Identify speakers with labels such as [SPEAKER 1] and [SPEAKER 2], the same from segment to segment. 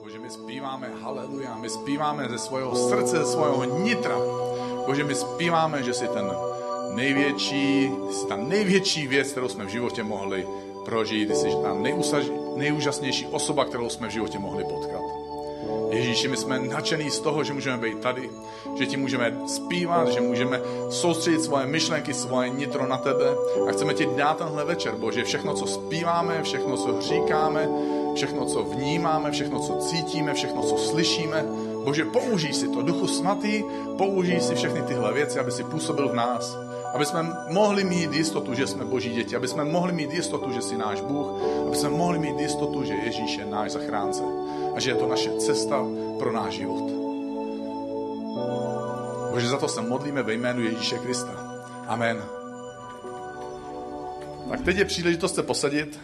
[SPEAKER 1] Bože, my zpíváme haleluja, my zpíváme ze svého srdce, ze svého nitra. Bože, my zpíváme, že jsi ta největší věc, kterou jsme v životě mohli prožít. Ty jsi ta nejúžasnější osoba, kterou jsme v životě mohli potkat. Ježíši, my jsme nadšený z toho, že můžeme být tady, že ti můžeme zpívat, že můžeme soustředit svoje myšlenky, svoje nitro na tebe a chceme ti dát tenhle večer, Bože, všechno, co zpíváme, všechno, co říkáme, všechno, co vnímáme, všechno, co cítíme, všechno, co slyšíme. Bože, použij si to, Duchu Svatý, použij si všechny tyhle věci, aby si působil v nás. Aby jsme mohli mít jistotu, že jsme Boží děti, aby jsme mohli mít jistotu, že jsi náš Bůh, aby jsme mohli mít jistotu, že Ježíš je náš zachránce a že je to naše cesta pro náš život. Bože, za to se modlíme ve jménu Ježíše Krista. Amen. Tak teď je příležitost se posadit.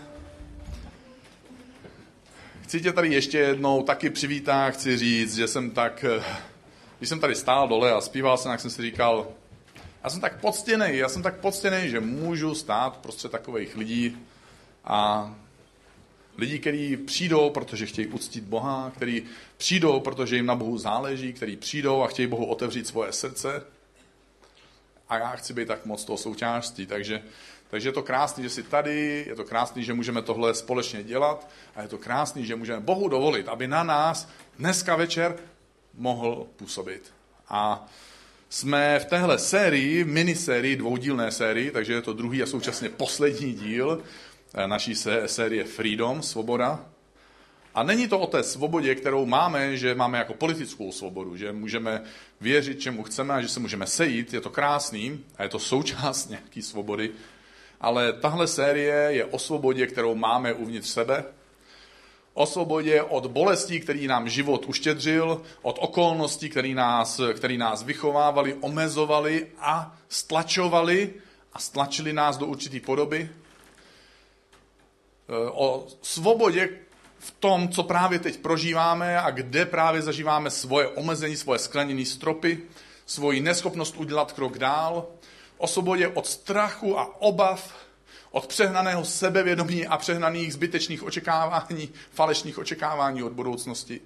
[SPEAKER 1] Chci tě tady ještě jednou taky přivítat, chci říct, že když jsem tady stál dole a zpíval jsem, jak jsem si říkal, já jsem tak poctěný, že můžu stát prostřed takových lidí a lidí, kteří přijdou, protože chtějí uctít Boha, kteří přijdou, protože jim na Bohu záleží, kteří přijdou a chtějí Bohu otevřít svoje srdce. A já chci být tak moc toho součástí, takže je to krásný, že jsi tady, je to krásný, že můžeme tohle společně dělat a je to krásný, že můžeme Bohu dovolit, aby na nás dneska večer mohl působit. A jsme v téhle sérii, minisérii, dvoudílné sérii, takže je to druhý a současně poslední díl naší série Freedom, svoboda. A není to o té svobodě, kterou máme, že máme jako politickou svobodu, že můžeme věřit, čemu chceme a že se můžeme sejít, je to krásný a je to součást nějaký svobody. Ale tahle série je o svobodě, kterou máme uvnitř sebe, o svobodě od bolestí, který nám život uštědřil, od okolností, který nás vychovávali, omezovali a stlačili nás do určité podoby. O svobodě v tom, co právě teď prožíváme a kde právě zažíváme svoje omezení, svoje skleněné stropy, svoji neschopnost udělat krok dál. O svobodě od strachu a obav, od přehnaného sebevědomí a přehnaných zbytečných očekávání, falešných očekávání od budoucnosti.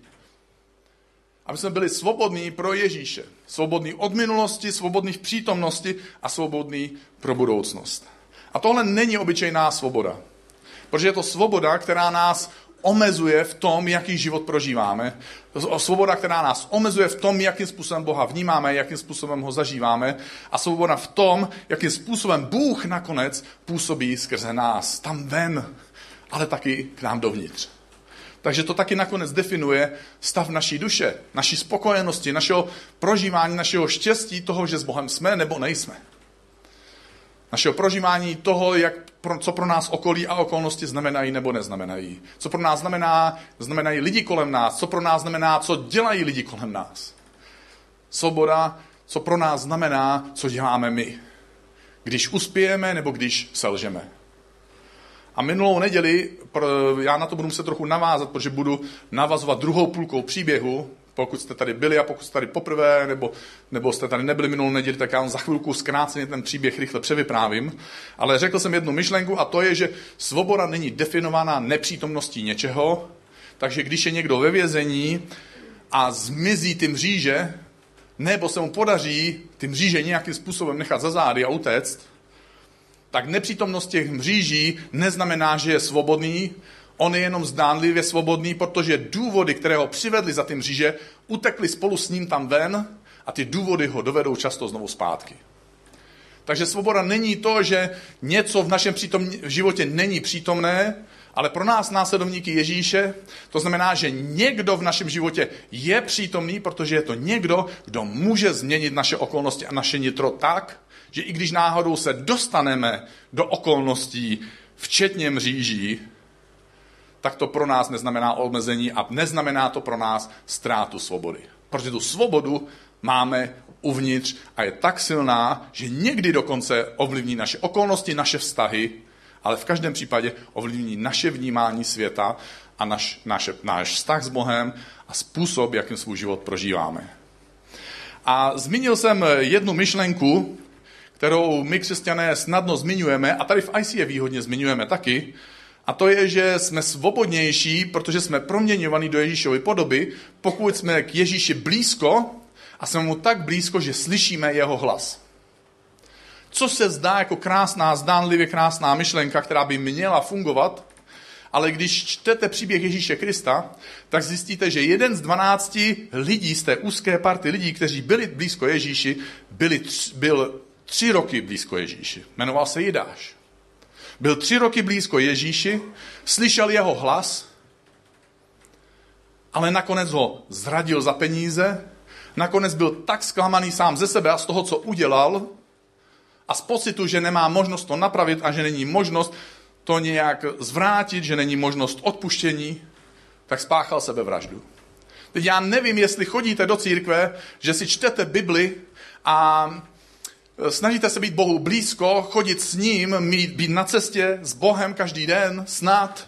[SPEAKER 1] Aby jsme byli svobodní pro Ježíše. Svobodní od minulosti, svobodní v přítomnosti a svobodní pro budoucnost. A tohle není obyčejná svoboda. Protože je to svoboda, která nás omezuje v tom, jaký život prožíváme. Svoboda, která nás omezuje v tom, jakým způsobem Boha vnímáme, jakým způsobem ho zažíváme. A svoboda v tom, jakým způsobem Bůh nakonec působí skrze nás. Tam ven, ale taky k nám dovnitř. Takže to taky nakonec definuje stav naší duše, naší spokojenosti, našeho prožívání, našeho štěstí, toho, že s Bohem jsme nebo nejsme. Našeho prožívání toho, co pro nás okolí a okolnosti znamenají nebo neznamenají. Co pro nás znamenají lidi kolem nás. Co pro nás znamená, co dělají lidi kolem nás. Svoboda, co pro nás znamená, co děláme my. Když uspějeme nebo když selžeme. A minulou neděli, já na to budu muset trochu navázat, protože budu navazovat druhou půlkou příběhu. Pokud jste tady byli a pokud jste tady poprvé, nebo jste tady nebyli minulou neděli, tak já vám za chvilku zkráceně ten příběh rychle převyprávím. Ale řekl jsem jednu myšlenku a to je, že svoboda není definovaná nepřítomností něčeho, takže když je někdo ve vězení a zmizí ty mříže, nebo se mu podaří ty mříže nějakým způsobem nechat za zády a utéct, tak nepřítomnost těch mříží neznamená, že je svobodný. On je jenom zdánlivě svobodný, protože důvody, které ho přivedly za ty mříže, utekly spolu s ním tam ven a ty důvody ho dovedou často znovu zpátky. Takže svoboda není to, že něco v našem životě není přítomné, ale pro nás následovníky Ježíše to znamená, že někdo v našem životě je přítomný, protože je to někdo, kdo může změnit naše okolnosti a naše nitro tak, že i když náhodou se dostaneme do okolností, včetně mříží, tak to pro nás neznamená omezení a neznamená to pro nás ztrátu svobody. Protože tu svobodu máme uvnitř a je tak silná, že někdy dokonce ovlivní naše okolnosti, naše vztahy, ale v každém případě ovlivní naše vnímání světa a náš vztah s Bohem a způsob, jakým svůj život prožíváme. A zmínil jsem jednu myšlenku, kterou my křesťané snadno zmiňujeme a tady v ICF výhodně zmiňujeme taky, A to je, že jsme svobodnější, protože jsme proměňovaní do Ježíšovy podoby, pokud jsme k Ježíši blízko a jsme mu tak blízko, že slyšíme jeho hlas. Co se zdá jako krásná, zdánlivě krásná myšlenka, která by měla fungovat, ale když čtete příběh Ježíše Krista, tak zjistíte, že 1 z 12 lidí z té úzké party lidí, kteří byli blízko Ježíši, byl 3 roky blízko Ježíši. Jmenoval se Jidáš. Byl 3 roky blízko Ježíši, slyšel jeho hlas, ale nakonec ho zradil za peníze, nakonec byl tak zklamaný sám ze sebe a z toho, co udělal, a z pocitu, že nemá možnost to napravit a že není možnost to nějak zvrátit, že není možnost odpuštění, tak spáchal sebevraždu. Teď já nevím, jestli chodíte do církve, že si čtete Bibli a snažíte se být Bohu blízko, chodit s ním, být na cestě s Bohem každý den, snad.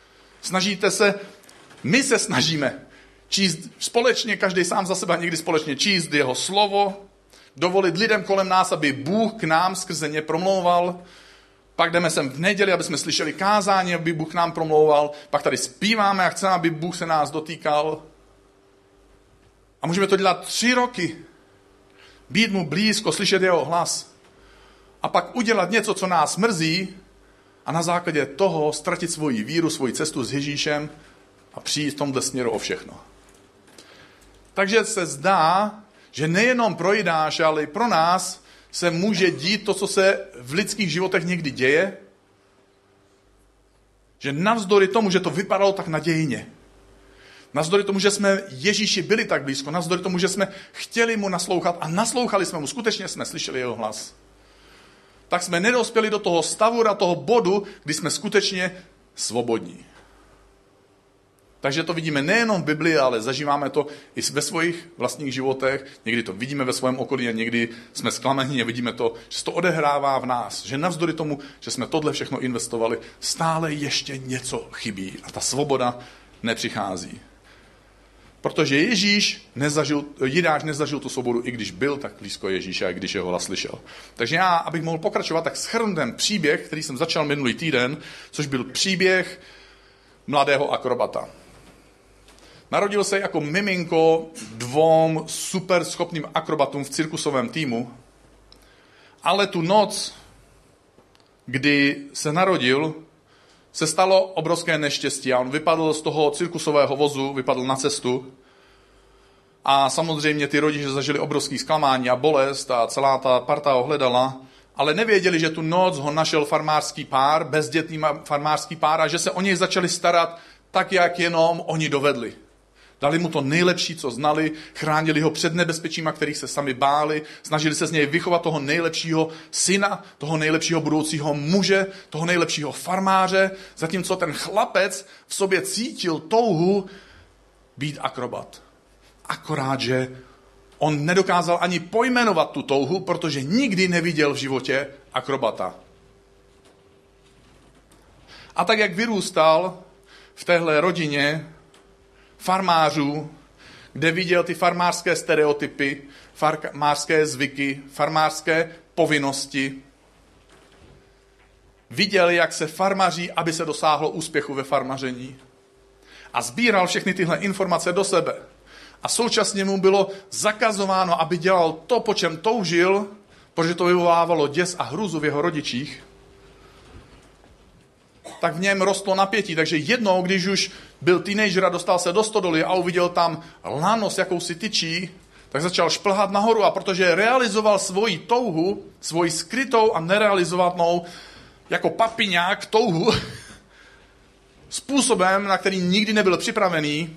[SPEAKER 1] My se snažíme číst společně, každý sám za sebe, někdy společně číst jeho slovo, dovolit lidem kolem nás, aby Bůh k nám skrze ně promlouval. Pak jdeme sem v neděli, aby jsme slyšeli kázání, aby Bůh k nám promlouval. Pak tady zpíváme a chceme, aby Bůh se nás dotýkal. A můžeme to dělat 3 roky. Být mu blízko, slyšet jeho hlas. A pak udělat něco, co nás mrzí a na základě toho ztratit svoji víru, svoji cestu s Ježíšem a přijít v tomhle směru o všechno. Takže se zdá, že nejenom pro Jidáše, ale i pro nás se může dít to, co se v lidských životech někdy děje, že navzdory tomu, že to vypadalo tak nadějně, navzdory tomu, že jsme Ježíši byli tak blízko, navzdory tomu, že jsme chtěli mu naslouchat a naslouchali jsme mu, skutečně jsme slyšeli jeho hlas, tak jsme nedospěli do toho stavu, do toho bodu, kdy jsme skutečně svobodní. Takže to vidíme nejenom v Biblii, ale zažíváme to i ve svých vlastních životech. Někdy to vidíme ve svém okolí a někdy jsme zklamaní a vidíme to, že se to odehrává v nás. Že navzdory tomu, že jsme tohle všechno investovali, stále ještě něco chybí a ta svoboda nepřichází. Protože Jidáš nezažil tu svobodu, i když byl tak blízko Ježíše a když jeho hlas slyšel. Takže já, abych mohl pokračovat, tak shrnu ten příběh, který jsem začal minulý týden, což byl příběh mladého akrobata. Narodil se jako miminko 2 super schopným akrobatům v cirkusovém týmu, ale tu noc, kdy se narodil, se stalo obrovské neštěstí a on vypadl z toho cirkusového vozu, vypadl na cestu a samozřejmě ty rodiče zažili obrovský zklamání a bolest a celá ta parta ho hledala, ale nevěděli, že tu noc ho našel farmářský pár, bezdětný farmářský pár a že se o něj začali starat tak, jak jenom oni dovedli. Dali mu to nejlepší, co znali, chránili ho před nebezpečíma, kterých se sami báli, snažili se z něj vychovat toho nejlepšího syna, toho nejlepšího budoucího muže, toho nejlepšího farmáře, zatímco ten chlapec v sobě cítil touhu být akrobat. Akorát, že on nedokázal ani pojmenovat tu touhu, protože nikdy neviděl v životě akrobata. A tak, jak vyrůstal v téhle rodině farmářů, kde viděl ty farmářské stereotypy, farmářské zvyky, farmářské povinnosti, viděl, jak se farmaří, aby se dosáhlo úspěchu ve farmaření. A sbíral všechny tyhle informace do sebe. A současně mu bylo zakazováno, aby dělal to, po čem toužil, protože to vyvolávalo děs a hruzu v jeho rodičích. Tak v něm rostlo napětí. Takže jednou, když už byl teenager a dostal se do stodoly a uviděl tam lano s jakousi tyčí, tak začal šplhat nahoru a protože realizoval svoji touhu, svoji skrytou a nerealizovanou jako papiňák touhu, způsobem, na který nikdy nebyl připravený,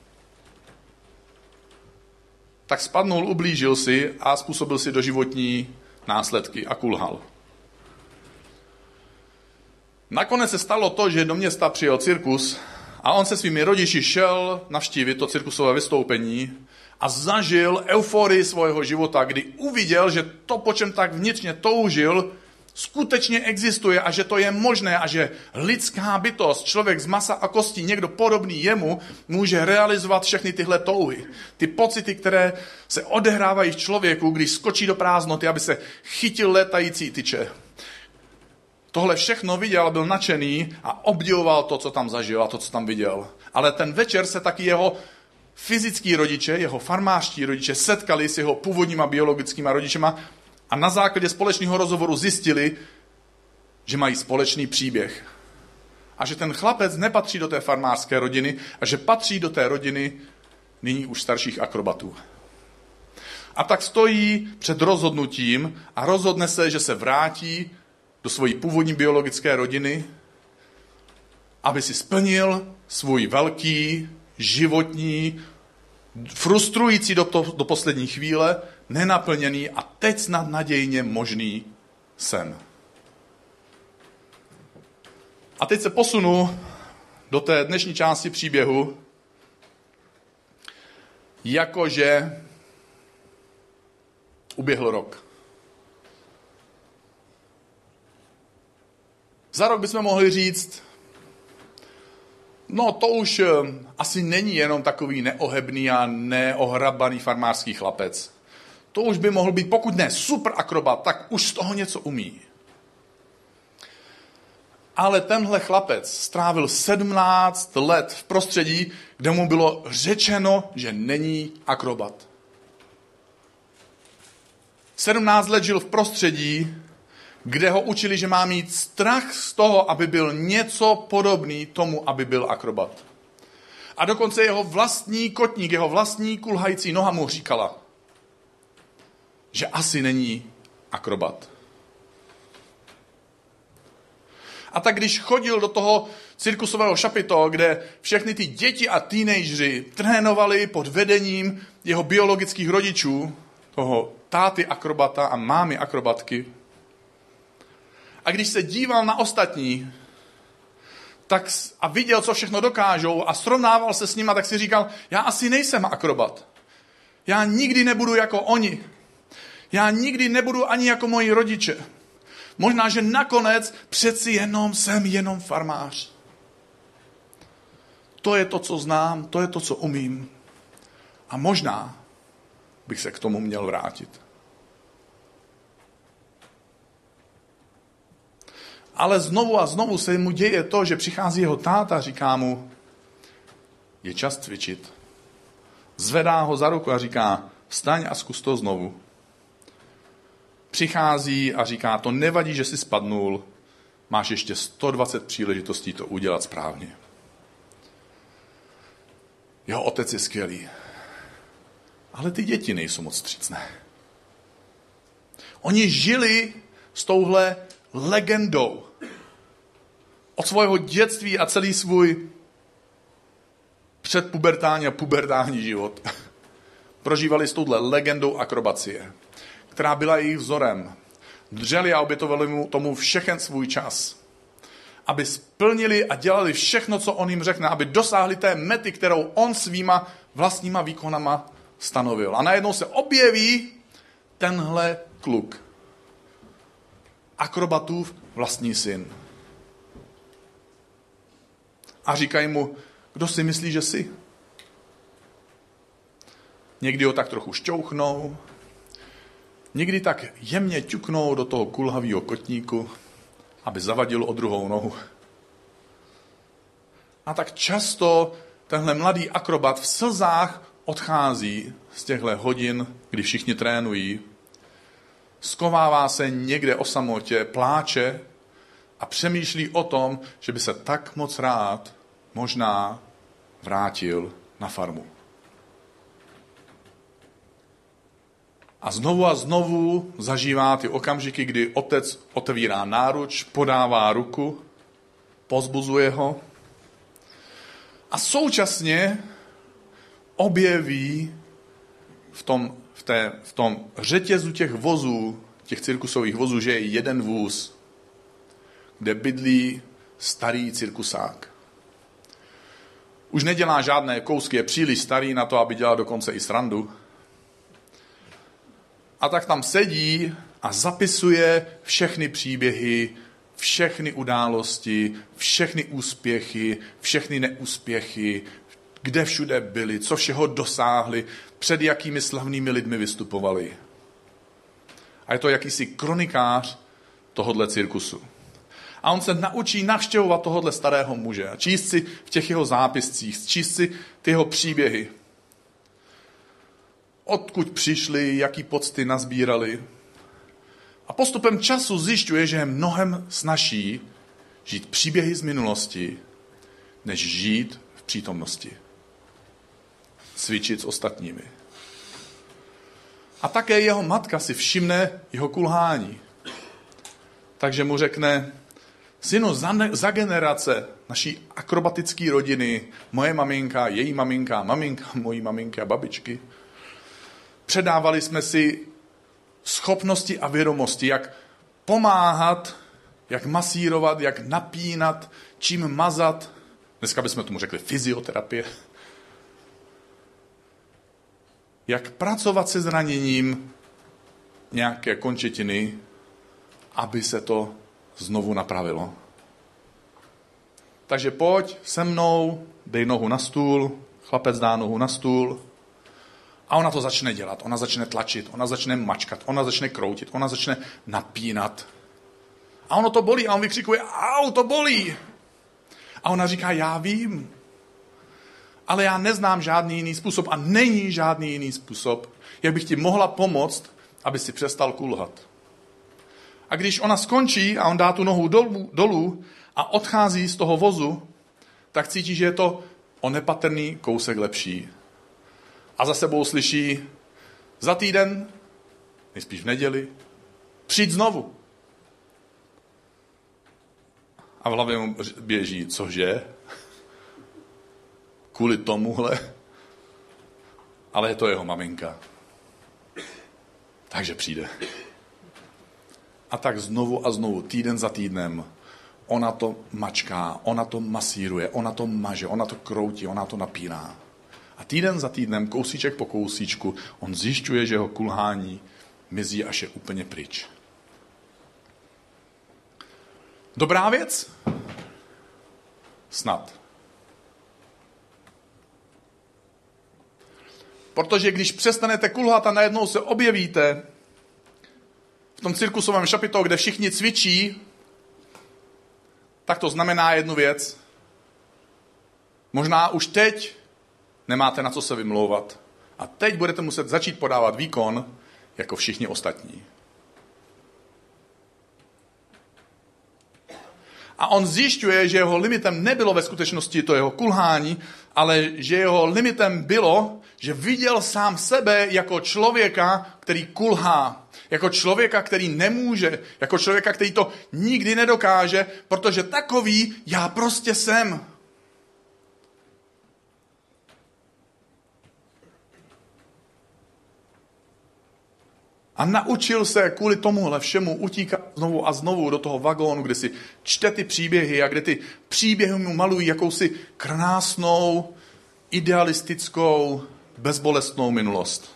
[SPEAKER 1] tak spadnul, ublížil si a způsobil si doživotní následky a kulhal. Nakonec se stalo to, že do města přijel cirkus a on se svými rodiči šel navštívit to cirkusové vystoupení a zažil euforii svého života, kdy uviděl, že to, po čem tak vnitřně toužil, skutečně existuje a že to je možné a že lidská bytost, člověk z masa a kostí, někdo podobný jemu, může realizovat všechny tyhle touhy. Ty pocity, které se odehrávají v člověku, když skočí do prázdnoty, aby se chytil létající tyče. tohle všechno viděl, byl nadšený a obdivoval to, co tam zažil a to, co tam viděl. Ale ten večer se taky jeho fyzický rodiče, jeho farmářští rodiče setkali s jeho původníma biologickými rodičema a na základě společného rozhovoru zjistili, že mají společný příběh. A že ten chlapec nepatří do té farmářské rodiny a že patří do té rodiny nyní už starších akrobatů. A tak stojí před rozhodnutím a rozhodne se, že se vrátí do své původní biologické rodiny, aby si splnil svůj velký, životní, frustrující do poslední chvíle, nenaplněný a teď snad nadějně možný sen. A teď se posunu do té dnešní části příběhu, jakože uběhl rok. Za rok bychom mohli říct, no to už asi není jenom takový neohebný a neohrabaný farmářský chlapec. To už by mohl být, pokud ne super akrobat, tak už z toho něco umí. Ale tenhle chlapec strávil 17 let v prostředí, kde mu bylo řečeno, že není akrobat. 17 let žil v prostředí, kde ho učili, že má mít strach z toho, aby byl něco podobný tomu, aby byl akrobat. A dokonce jeho vlastní kotník, jeho vlastní kulhající noha mu říkala, že asi není akrobat. A tak když chodil do toho cirkusového šapito, kde všechny ty děti a teenageři trénovali pod vedením jeho biologických rodičů, toho táty akrobata a mámy akrobatky, a když se díval na ostatní tak a viděl, co všechno dokážou a srovnával se s nima, tak si říkal, já asi nejsem akrobat. Já nikdy nebudu jako oni. Já nikdy nebudu ani jako moji rodiče. Možná, že nakonec přeci jsem jenom farmář. To je to, co znám, to je to, co umím. A možná bych se k tomu měl vrátit. Ale znovu a znovu se mu děje to, že přichází jeho táta a říká mu, je čas cvičit. Zvedá ho za ruku a říká, vstaň a zkus to znovu. Přichází a říká, to nevadí, že jsi spadnul, máš ještě 120 příležitostí to udělat správně. Jeho otec je skvělý. Ale ty děti nejsou moc vstřícné. Oni žili s touhle legendou. Od svého dětství a celý svůj předpubertální a pubertální život prožívali s touhle legendou akrobacie, která byla jejich vzorem. Dřeli a obětovali mu tomu všechen svůj čas. Aby splnili a dělali všechno, co on jim řekne, aby dosáhli té mety, kterou on svýma vlastníma výkonama stanovil. A najednou se objeví tenhle kluk. Akrobatův vlastní syn. A říkají mu, kdo si myslí, že jsi? Někdy ho tak trochu šťouchnou, někdy tak jemně ťuknou do toho kulhavého kotníku, aby zavadil o druhou nohu. A tak často tenhle mladý akrobat v slzách odchází z těchto hodin, kdy všichni trénují, skovává se někde o samotě, pláče a přemýšlí o tom, že by se tak moc rád možná vrátil na farmu. A znovu zažívá ty okamžiky, kdy otec otevírá náruč, podává ruku, pozbuzuje ho a současně objeví v tom řetězu těch vozů, těch cirkusových vozů, že je jeden vůz, kde bydlí starý cirkusák. Už nedělá žádné kousky, je příliš starý na to, aby dělal dokonce i srandu. A tak tam sedí a zapisuje všechny příběhy, všechny události, všechny úspěchy, všechny neúspěchy, kde všude byli, co všeho dosáhli, před jakými slavnými lidmi vystupovali. A je to jakýsi kronikář tohodle cirkusu. A on se naučí navštěvovat tohohle starého muže a číst si v těch jeho zápiscích, číst si ty jeho příběhy. Odkud přišli, jaký pocty nazbírali. A postupem času zjišťuje, že je mnohem snazší žít příběhy z minulosti, než žít v přítomnosti. Cvičit s ostatními. A také jeho matka si všimne jeho kulhání. Takže mu řekne, synu, za generace naší akrobatické rodiny, moje maminka, její maminka, mojí maminky a babičky, předávali jsme si schopnosti a vědomosti, jak pomáhat, jak masírovat, jak napínat, čím mazat. Dneska bychom tomu řekli fyzioterapie. Jak pracovat se zraněním nějaké končetiny, aby se to znovu napravilo. Takže pojď se mnou, dej nohu na stůl, chlapec dá nohu na stůl a ona to začne dělat. Ona začne tlačit, ona začne mačkat, ona začne kroutit, ona začne napínat. A ono to bolí a on vykřikuje, au, to bolí. A ona říká, já vím, ale já neznám žádný jiný způsob a není žádný jiný způsob, jak bych ti mohla pomoct, aby si přestal kulhat. A když ona skončí a on dá tu nohu dolů a odchází z toho vozu, tak cítí, že je to o nepatrný kousek lepší. A za sebou slyší, za týden, nejspíš v neděli, přijď znovu. A v hlavě mu běží, cože? Kvůli tomuhle? Ale je to jeho maminka. Takže přijde. A tak znovu a znovu, týden za týdnem, ona to mačká, ona to masíruje, ona to maže, ona to kroutí, ona to napíná. A týden za týdnem, kousíček po kousíčku, on zjišťuje, že jeho kulhání mizí, až je úplně pryč. Dobrá věc? Snad. Protože když přestanete kulhat a najednou se objevíte v tom cirkusovém šapito, kde všichni cvičí, tak to znamená jednu věc. Možná už teď nemáte na co se vymlouvat. A teď budete muset začít podávat výkon jako všichni ostatní. A on zjišťuje, že jeho limitem nebylo ve skutečnosti to jeho kulhání, ale že jeho limitem bylo, že viděl sám sebe jako člověka, který kulhá. Jako člověka, který nemůže. Jako člověka, který to nikdy nedokáže, protože takový já prostě jsem. A naučil se kvůli tomuhle všemu utíkat znovu a znovu do toho vagónu, kde si čte ty příběhy a kde ty příběhy mu malují jakousi krásnou, idealistickou, bezbolestnou minulost.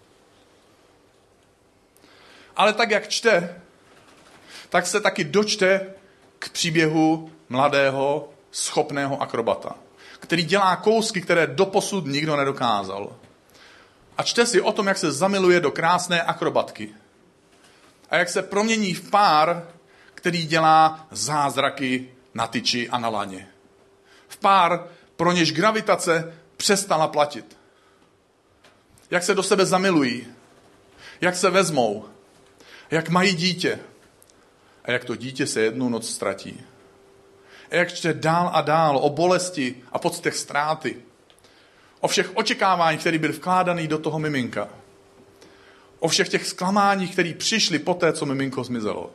[SPEAKER 1] Ale tak, jak čte, tak se taky dočte k příběhu mladého, schopného akrobata, který dělá kousky, které doposud nikdo nedokázal. A čte si o tom, jak se zamiluje do krásné akrobatky. A jak se promění v pár, který dělá zázraky na tyči a na laně. V pár, pro něž gravitace přestala platit. Jak se do sebe zamilují. Jak se vezmou. Jak mají dítě. A jak to dítě se jednu noc ztratí. A jak čte dál a dál o bolesti a pocitech ztráty. O všech očekáváních, které byly vkládané do toho miminka. O všech těch zklamáních, které přišly po té, co miminko zmizelo.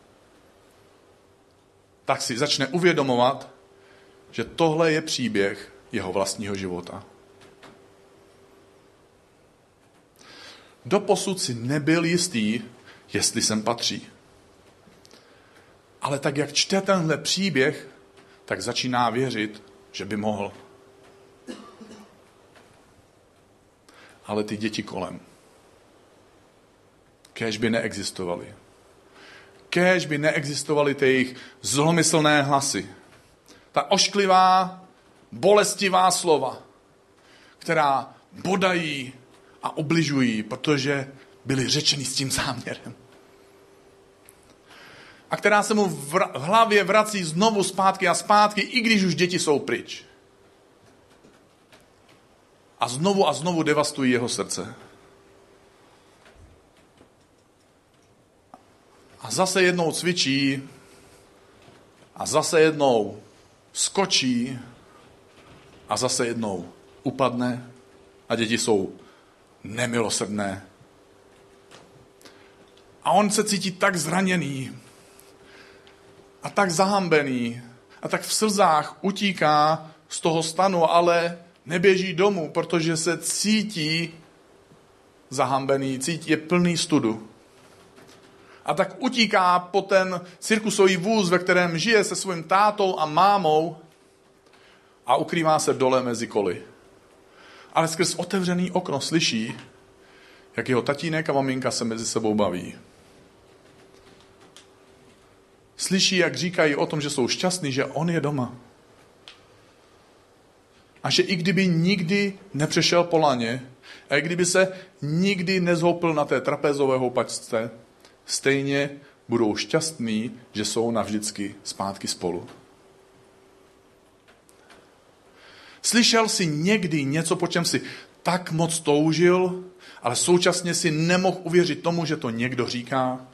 [SPEAKER 1] Tak si začne uvědomovat, že tohle je příběh jeho vlastního života. Doposud si nebyl jistý, jestli sem patří. Ale tak, jak čte tenhle příběh, tak začíná věřit, že by mohl. Ale ty děti kolem. Kéž by neexistovaly. Kéž by neexistovaly ty jejich zlomyslné hlasy. Ta ošklivá, bolestivá slova, která bodají a ubližují, protože byly řečeny s tím záměrem. a která se mu v hlavě vrací znovu zpátky a zpátky, i když už děti jsou pryč. A znovu devastují jeho srdce. A zase jednou cvičí a zase jednou skočí a zase jednou upadne a děti jsou nemilosrdné. A on se cítí tak zraněný a tak zahambený a tak v slzách utíká z toho stanu, ale neběží domů, protože se cítí zahambený, je plný studu. A tak utíká po ten cirkusový vůz, ve kterém žije se svým tátou a mámou a ukrývá se dole mezi koly. Ale skrz otevřený okno slyší, jak jeho tatínek a maminka se mezi sebou baví. Slyší, jak říkají o tom, že jsou šťastní, že on je doma. A že i kdyby nikdy nepřešel po laně, a i kdyby se nikdy nezhoupil na té trapézové houpačce, stejně budou šťastní, že jsou navždycky zpátky spolu. Slyšel jsi někdy něco, po čem jsi tak moc toužil, ale současně si nemohl uvěřit tomu, že to někdo říká?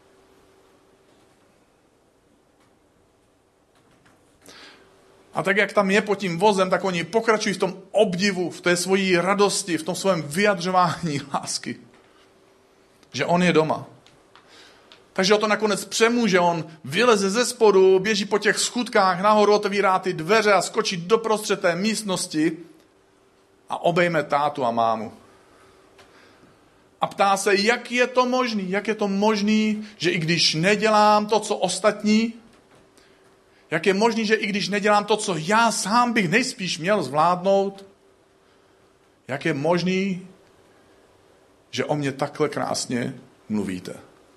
[SPEAKER 1] A tak, jak tam je pod tím vozem, tak oni pokračují v tom obdivu, v té svojí radosti, v tom svém vyjadřování lásky. Že on je doma. Takže o to nakonec přemůže, on vyleze ze spodu, běží po těch schůdkách, nahoru otevírá ty dveře a skočí doprostřed té místnosti a obejme tátu a mámu. A ptá se, jak je to možný, že i když nedělám to, co ostatní, jak je možný, že i když nedělám to, co já sám bych nejspíš měl zvládnout, jak je možný, že o mě takhle krásně mluvíte.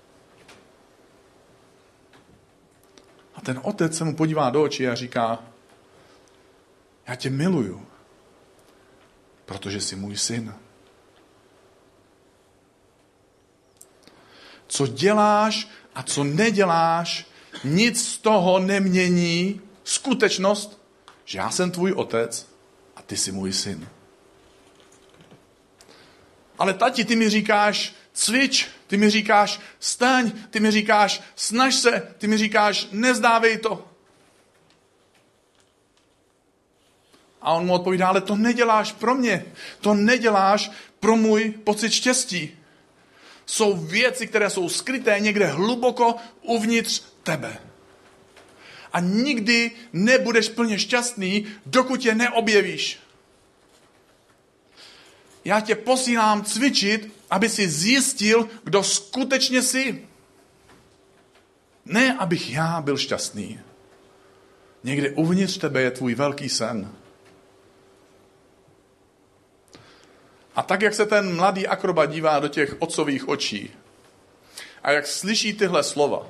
[SPEAKER 1] A ten otec se mu podívá do očí a říká, já tě miluju, protože jsi můj syn. Co děláš a co neděláš, nic z toho nemění skutečnost, že já jsem tvůj otec a ty jsi můj syn. Ale tati, ty mi říkáš cvič, ty mi říkáš staň, ty mi říkáš snaž se, ty mi říkáš nevzdávej to. A on mu odpovídá, ale to neděláš pro mě, to neděláš pro můj pocit štěstí. Jsou věci, které jsou skryté někde hluboko uvnitř tebe. A nikdy nebudeš plně šťastný, dokud je neobjevíš. Já tě posílám cvičit, aby si zjistil, kdo skutečně jsi. Ne, abych já byl šťastný. Někde uvnitř tebe je tvůj velký sen. A tak, jak se ten mladý akrobat dívá do těch otcových očí a jak slyší tyhle slova,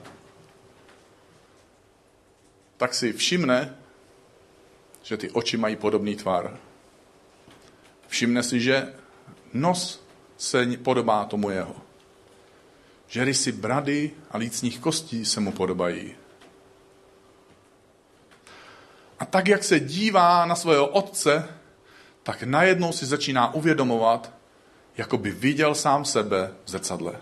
[SPEAKER 1] tak si všimne, že ty oči mají podobný tvar. Všimne si, že nos se podobá tomu jeho. Že rysy brady a lícních kostí se mu podobají. A tak, jak se dívá na svého otce, tak najednou si začíná uvědomovat, jako by viděl sám sebe v zrcadle.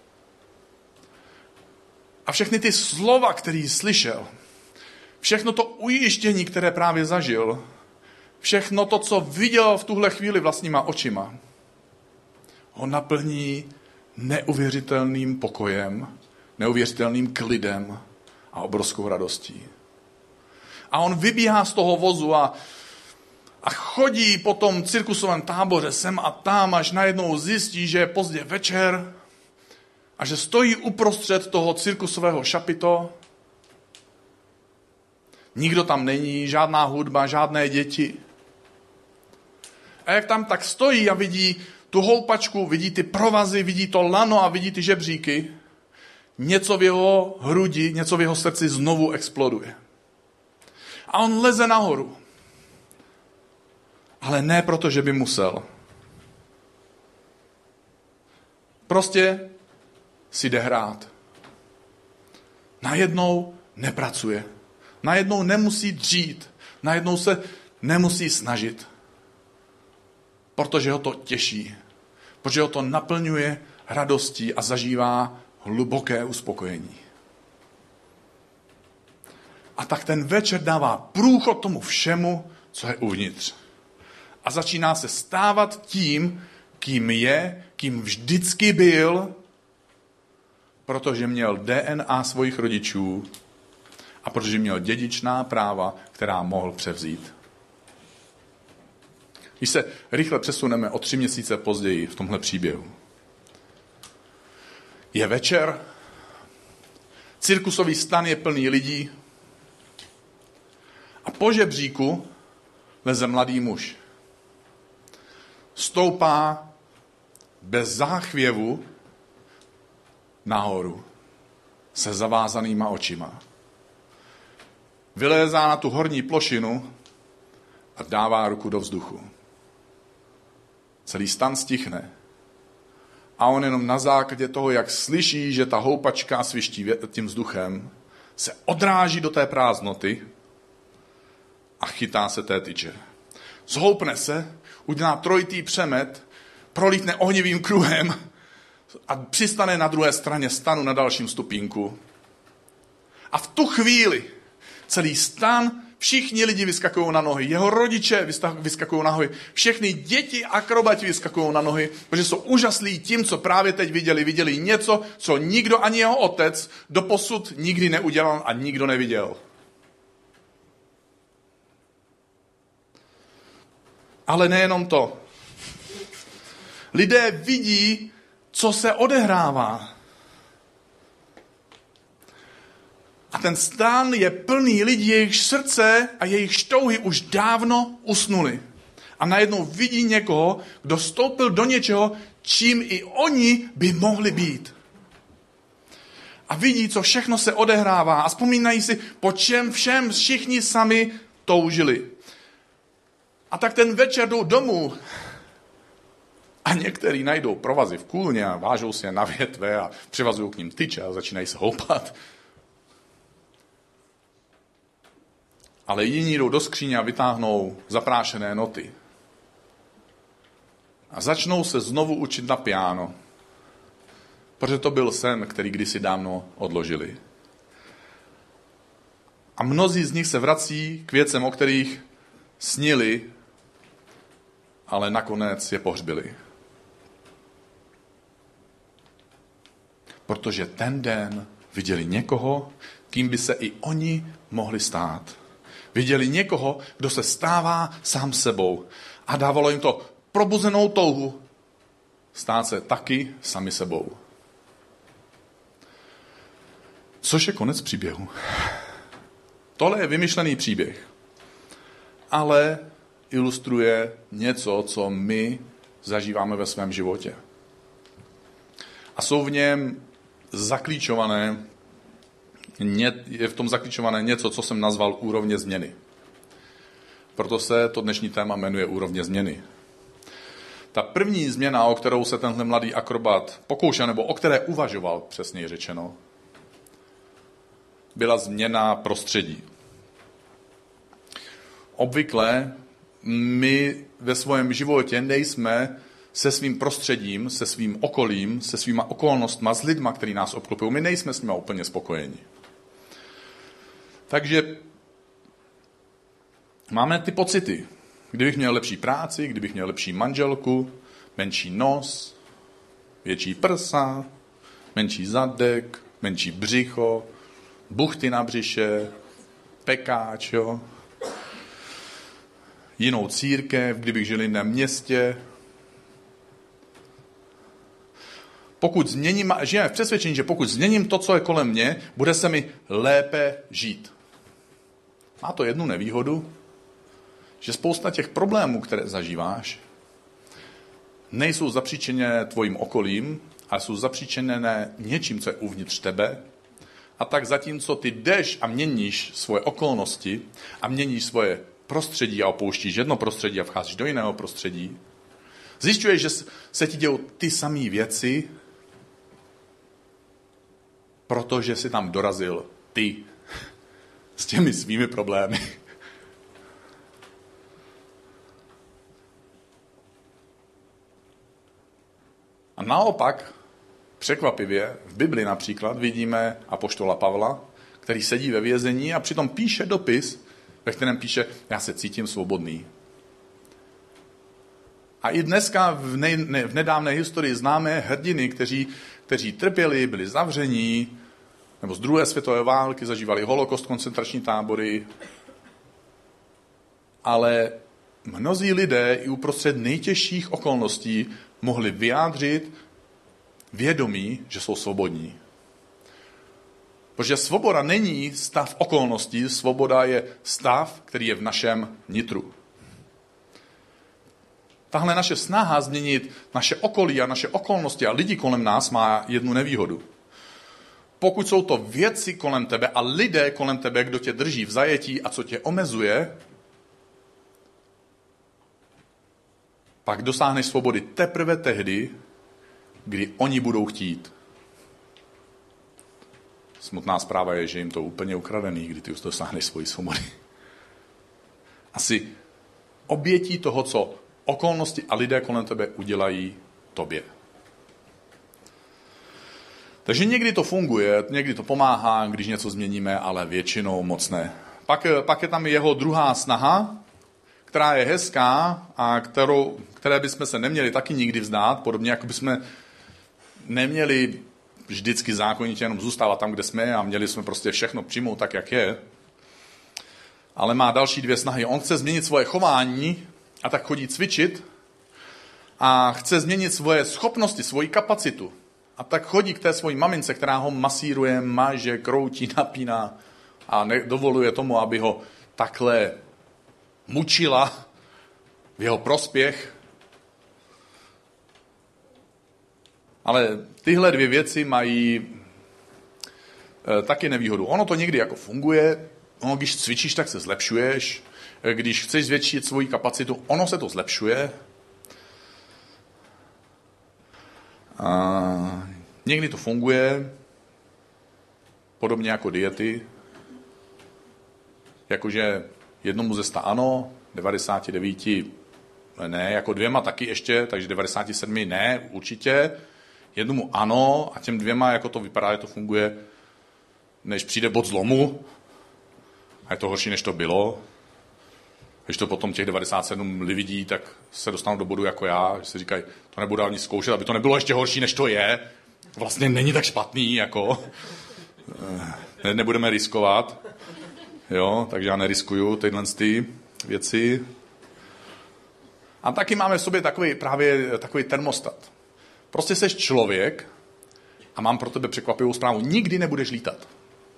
[SPEAKER 1] A všechny ty slova, který slyšel, všechno to ujištění, které právě zažil, všechno to, co viděl v tuhle chvíli vlastníma očima, ho naplní neuvěřitelným pokojem, neuvěřitelným klidem a obrovskou radostí. A on vybíhá z toho vozu a chodí po tom cirkusovém táboře sem a tam, až najednou zjistí, že je pozdě večer a že stojí uprostřed toho cirkusového šapito. Nikdo tam není, žádná hudba, žádné děti. A jak tam tak stojí a vidí tu houpačku, vidí ty provazy, vidí to lano a vidí ty žebříky, něco v jeho hrudi, něco v jeho srdci znovu exploduje. A on leze nahoru. Ale ne proto, že by musel. Prostě si jde hrát. najednou nepracuje. Najednou nemusí dřít. Najednou se nemusí snažit. Protože ho to těší. Protože ho to naplňuje radostí a zažívá hluboké uspokojení. A tak ten večer dává průchod tomu všemu, co je uvnitř. A začíná se stávat tím, kým je, kým vždycky byl, protože měl DNA svých rodičů a protože měl dědičná práva, která mohl převzít. Když se rychle přesuneme o 3 měsíce později v tomhle příběhu. Je večer, cirkusový stan je plný lidí a po žebříku leze mladý muž. Stoupá bez záchvěvu nahoru se zavázanýma očima. Vylézá na tu horní plošinu a dává ruku do vzduchu. Celý stan stichne. A on jenom na základě toho, jak slyší, že ta houpačka sviští tím vzduchem, se odráží do té prázdnoty a chytá se té tyče. Zhoupne se, udělá trojitý přemet, prolítne ohnivým kruhem a přistane na druhé straně stanu na dalším stupínku. A v tu chvíli celý stan, všichni lidi vyskakují na nohy, jeho rodiče vyskakují na nohy, všechny děti akrobati vyskakují na nohy, protože jsou úžaslí tím, co právě teď viděli. Viděli něco, co nikdo, ani jeho otec, doposud nikdy neudělal a nikdo neviděl. Ale nejenom to. Lidé vidí, co se odehrává. A ten stán je plný lidí, jejich srdce a jejich štouhy už dávno usnuli. A najednou vidí někoho, kdo vstoupil do něčeho, čím i oni by mohli být. A vidí, co všechno se odehrává a vzpomínají si, po čem všem všichni sami toužili. A tak ten večer jdou domů a některý najdou provazy v kůlně a vážou si je na větve a přivazují k ním tyče a začínají se houpat. Ale jiní jdou do skříně a vytáhnou zaprášené noty. A začnou se znovu učit na piano. Protože to byl sen, který kdysi dávno odložili. A mnozí z nich se vrací k věcem, o kterých snili, ale nakonec je pohřbili. Protože ten den viděli někoho, kým by se i oni mohli stát. Viděli někoho, kdo se stává sám sebou. A dávalo jim to probuzenou touhu stát se taky sami sebou. Což je konec příběhu. Tohle je vymyšlený příběh. Ale ilustruje něco, co my zažíváme ve svém životě. A jsou v něm zaklíčované, je v tom zaklíčované něco, co jsem nazval úrovně změny. Proto se to dnešní téma jmenuje úrovně změny. Ta první změna, o kterou se tenhle mladý akrobat pokoušel, nebo o které uvažoval, přesněji řečeno, byla změna prostředí. Obvykle my ve svém životě nejsme se svým prostředím, se svým okolím, se svýma okolnostma, s lidma, který nás obklopují. My nejsme s nimi úplně spokojeni. Takže máme ty pocity. Kdybych měl lepší práci, kdybych měl lepší manželku, menší nos, větší prsa, menší zadek, menší břicho, buchty na břiše, pekáč, jo. Jinou církev, kdybych žil v jiném městě. Žijeme v přesvědčení, že pokud změním to, co je kolem mě, bude se mi lépe žít. Má to jednu nevýhodu, že spousta těch problémů, které zažíváš, nejsou zapříčiněné tvojím okolím, ale jsou zapříčiněné něčím, co je uvnitř tebe. A tak zatímco ty jdeš a měníš svoje okolnosti a měníš svoje prostředí a opouštíš jedno prostředí a vcházíš do jiného prostředí, zjišťuješ, že se ti dějou ty samé věci, protože si tam dorazil ty s těmi svými problémy. A naopak, překvapivě, v Bibli například vidíme apoštola Pavla, který sedí ve vězení a přitom píše dopis, ve kterém píše, já se cítím svobodný. A i dneska v nedávné historii známe hrdiny, kteří trpěli, byli zavření, nebo z druhé světové války zažívali holokost, koncentrační tábory. Ale mnozí lidé i uprostřed nejtěžších okolností mohli vyjádřit vědomí, že jsou svobodní. Protože svoboda není stav okolností, svoboda je stav, který je v našem nitru. Tahle naše snaha změnit naše okolí a naše okolnosti a lidi kolem nás má jednu nevýhodu. Pokud jsou to věci kolem tebe a lidé kolem tebe, kdo tě drží v zajetí a co tě omezuje, pak dosáhneš svobody teprve tehdy, kdy oni budou chtít. Smutná zpráva je, že jim to úplně ukradený, kdy ty už dosáhneš svoji svobody. Asi obětí toho, co okolnosti a lidé kolem tebe udělají tobě. Takže někdy to funguje, někdy to pomáhá, když něco změníme, ale většinou moc ne. Pak je tam jeho druhá snaha, která je hezká a které bychom se neměli taky nikdy vzdát, podobně jako bychom neměli vždycky zákonitě jenom zůstávat tam, kde jsme a měli jsme prostě všechno přijmout tak, jak je. Ale má další dvě snahy. On chce změnit svoje chování a tak chodí cvičit a chce změnit svoje schopnosti, svoji kapacitu. A tak chodí k té svojí mamince, která ho masíruje, maže, kroutí, napíná a nedovoluje tomu, aby ho takhle mučila v jeho prospěch. Ale tyhle dvě věci mají taky nevýhodu. Ono to někdy jako funguje, ono, když cvičíš, tak se zlepšuješ, když chceš zvětšit svoji kapacitu, ono se to zlepšuje. A někdy to funguje, podobně jako diety, jakože jednomu ze 100 ano, 99 ne, jako 2 taky ještě, takže 97 ne, určitě, jednomu ano a těm 2, jako to vypadá, že to funguje, než přijde bod zlomu a je to horší, než to bylo. Když to potom těch 97 lidí, tak se dostanou do bodu jako já, že si říkají, to nebudu ani zkoušet, aby to nebylo ještě horší, než to je. Vlastně není tak špatný, jako. Nebudeme riskovat. Jo, takže já neriskuju tyhle ty věci. A taky máme v sobě takový termostat. Prostě seš člověk a mám pro tebe překvapivou zprávu. Nikdy nebudeš lítat.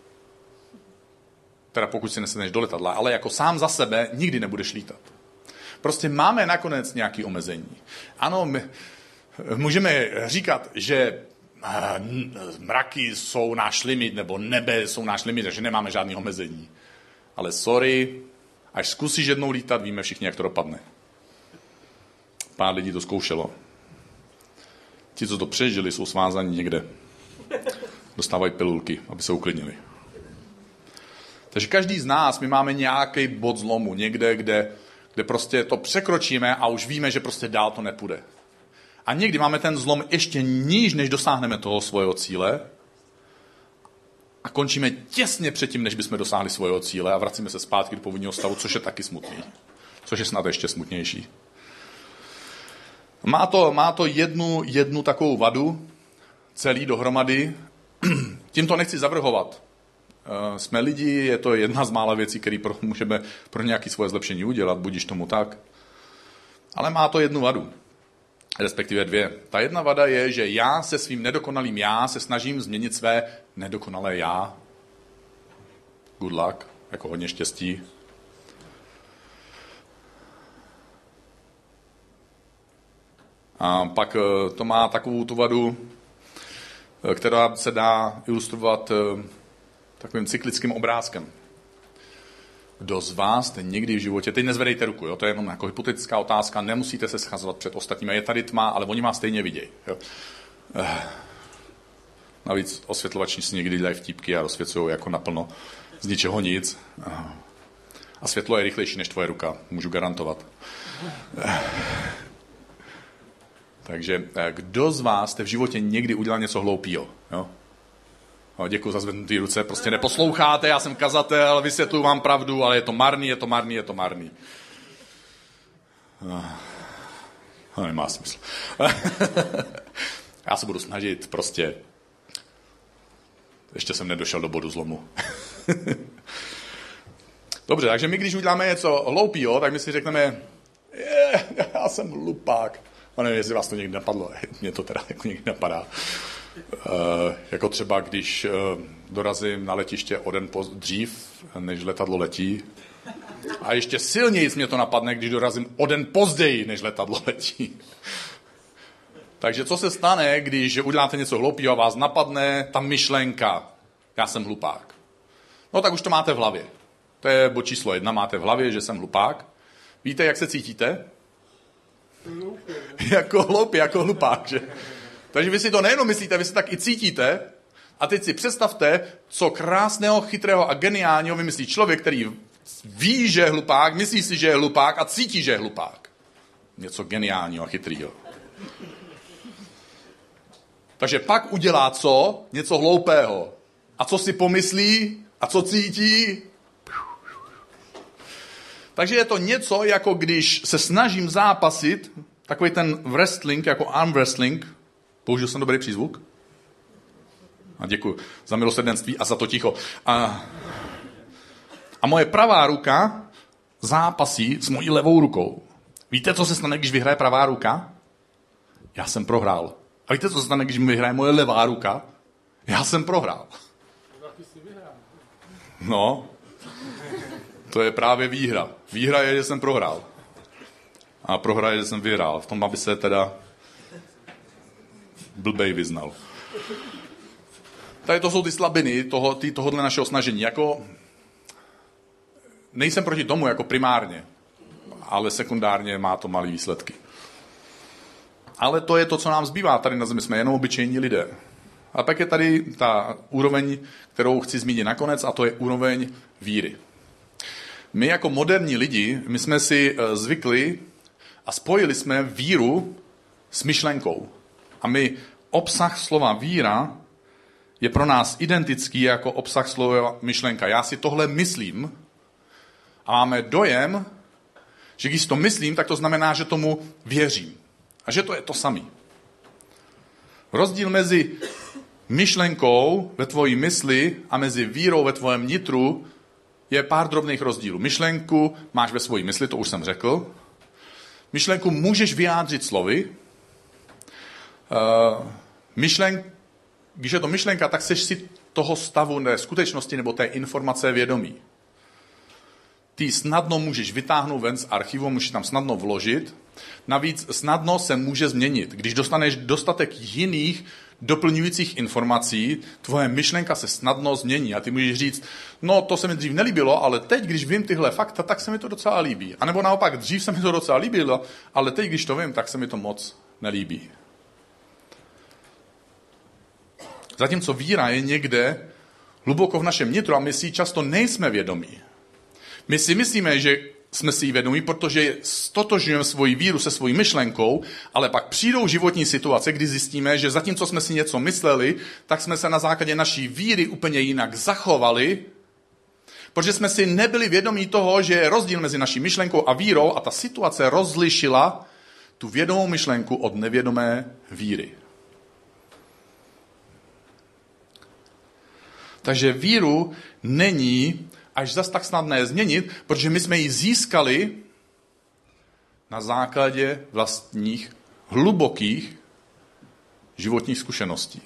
[SPEAKER 1] Teda pokud si nesedneš do letadla, ale jako sám za sebe nikdy nebudeš lítat. Prostě máme nakonec nějaké omezení. Ano, my můžeme říkat, že mraky jsou náš limit, nebo nebe jsou náš limit, takže nemáme žádné omezení. Ale sorry, až zkusíš jednou lítat, víme všichni, jak to dopadne. Pár lidí to zkoušelo. Ti, co to přežili, jsou svázaní někde. Dostávají pilulky, aby se uklidnili. Takže každý z nás, my máme nějaký bod zlomu, někde, kde prostě to překročíme a už víme, že prostě dál to nepůjde. A někdy máme ten zlom ještě níž, než dosáhneme toho svého cíle a končíme těsně předtím, než bychom dosáhli svého cíle a vracíme se zpátky do původního stavu, což je taky smutný. Což je snad ještě smutnější. Má to jednu takovou vadu, celý dohromady. Tím to nechci zavrhovat. Jsme lidi, je to jedna z mála věcí, které můžeme pro nějaké svoje zlepšení udělat, budíš tomu tak. Ale má to jednu vadu, respektive 2. Ta jedna vada je, že já se svým nedokonalým já se snažím změnit své nedokonalé já. Good luck, jako hodně štěstí. A pak to má takovou tu vadu, která se dá ilustrovat takovým cyklickým obrázkem. Kdo z vás jste někdy v životě, teď nezvedejte ruku, jo? To je jenom jako hypotetická otázka, nemusíte se schazovat před ostatními, je tady tma, ale oni vás stejně vidějí. Jo? Navíc osvětlovači si někdy dělají vtípky a rozsvěcují jako naplno z ničeho nic. A světlo je rychlejší než tvoje ruka, můžu garantovat. Takže kdo z vás jste v životě někdy udělal něco hloupýho? Jo? No, děkuji za zvednutý ruce, prostě neposloucháte, já jsem kazatel, vysvětluji vám pravdu, ale je to marný. No, nemá smysl. Já se budu snažit, prostě. Ještě jsem nedošel do bodu zlomu. Dobře, takže my, když uděláme něco hloupýho, tak my si řekneme, já jsem hlupák. A nevím, jestli vás to někdy napadlo, mě to teda jako někdy napadá. Jako třeba, když dorazím na letiště o den dřív, než letadlo letí. A ještě silněji mě to napadne, když dorazím o den později, než letadlo letí. Takže co se stane, když uděláte něco hloupého a vás napadne ta myšlenka, já jsem hlupák. No tak už to máte v hlavě. To je bod číslo 1, máte v hlavě, že jsem hlupák. Víte, jak se cítíte? Jako hloupý, jako hlupák, že? Takže vy si to nejenom myslíte, vy si tak i cítíte. A teď si představte, co krásného, chytrého a geniálního vymyslí člověk, který ví, že je hlupák, myslí si, že je hlupák a cítí, že je hlupák. Něco geniálního a chytrýho. Takže pak udělá co? Něco hloupého. A co si pomyslí? A co cítí? Takže je to něco, jako když se snažím zápasit, takový ten wrestling, jako arm wrestling. Použil jsem dobrý přízvuk? A děkuji za milosrdenství a za to ticho. A moje pravá ruka zápasí s mojí levou rukou. Víte, co se stane, když vyhraje pravá ruka? Já jsem prohrál. A víte, co se stane, když mi vyhraje moje levá ruka? Já jsem prohrál. No, to je právě výhra. Výhra je, že jsem prohrál. A prohra je, že jsem vyhrál. V tom, aby se teda blbej vyznal. Tady to jsou ty slabiny tohohle našeho snažení. Jako, nejsem proti tomu jako primárně, ale sekundárně má to malé výsledky. Ale to je to, co nám zbývá tady na zemi. Jsme jenom obyčejní lidé. A pak je tady ta úroveň, kterou chci zmínit nakonec, a to je úroveň víry. My jako moderní lidi, my jsme si zvykli a spojili jsme víru s myšlenkou. A my obsah slova víra je pro nás identický jako obsah slova myšlenka. Já si tohle myslím a máme dojem, že když to myslím, tak to znamená, že tomu věřím. A že to je to samé. Rozdíl mezi myšlenkou ve tvojí mysli a mezi vírou ve tvém nitru je pár drobných rozdílů. Myšlenku máš ve svojí mysli, to už jsem řekl. Myšlenku můžeš vyjádřit slovy. Když je to myšlenka, tak seš si toho stavu té skutečnosti nebo té informace vědomí. Ty snadno můžeš vytáhnout ven z archivu, můžeš tam snadno vložit. Navíc snadno se může změnit. Když dostaneš dostatek jiných doplňujících informací, tvoje myšlenka se snadno změní a ty můžeš říct, no to se mi dřív nelíbilo, ale teď, když vím tyhle fakta, tak se mi to docela líbí. A nebo naopak, dřív se mi to docela líbilo, ale teď, když to vím, tak se mi to moc nelíbí. Zatímco víra je někde hluboko v našem nitru a my si často nejsme vědomí. My si myslíme, že jsme si ji vědomí, protože stotožňujeme svoji víru se svojí myšlenkou, ale pak přijdou životní situace, kdy zjistíme, že zatímco jsme si něco mysleli, tak jsme se na základě naší víry úplně jinak zachovali, protože jsme si nebyli vědomí toho, že je rozdíl mezi naší myšlenkou a vírou a ta situace rozlišila tu vědomou myšlenku od nevědomé víry. Takže víru není až zas tak snadné změnit, protože my jsme ji získali na základě vlastních hlubokých životních zkušeností.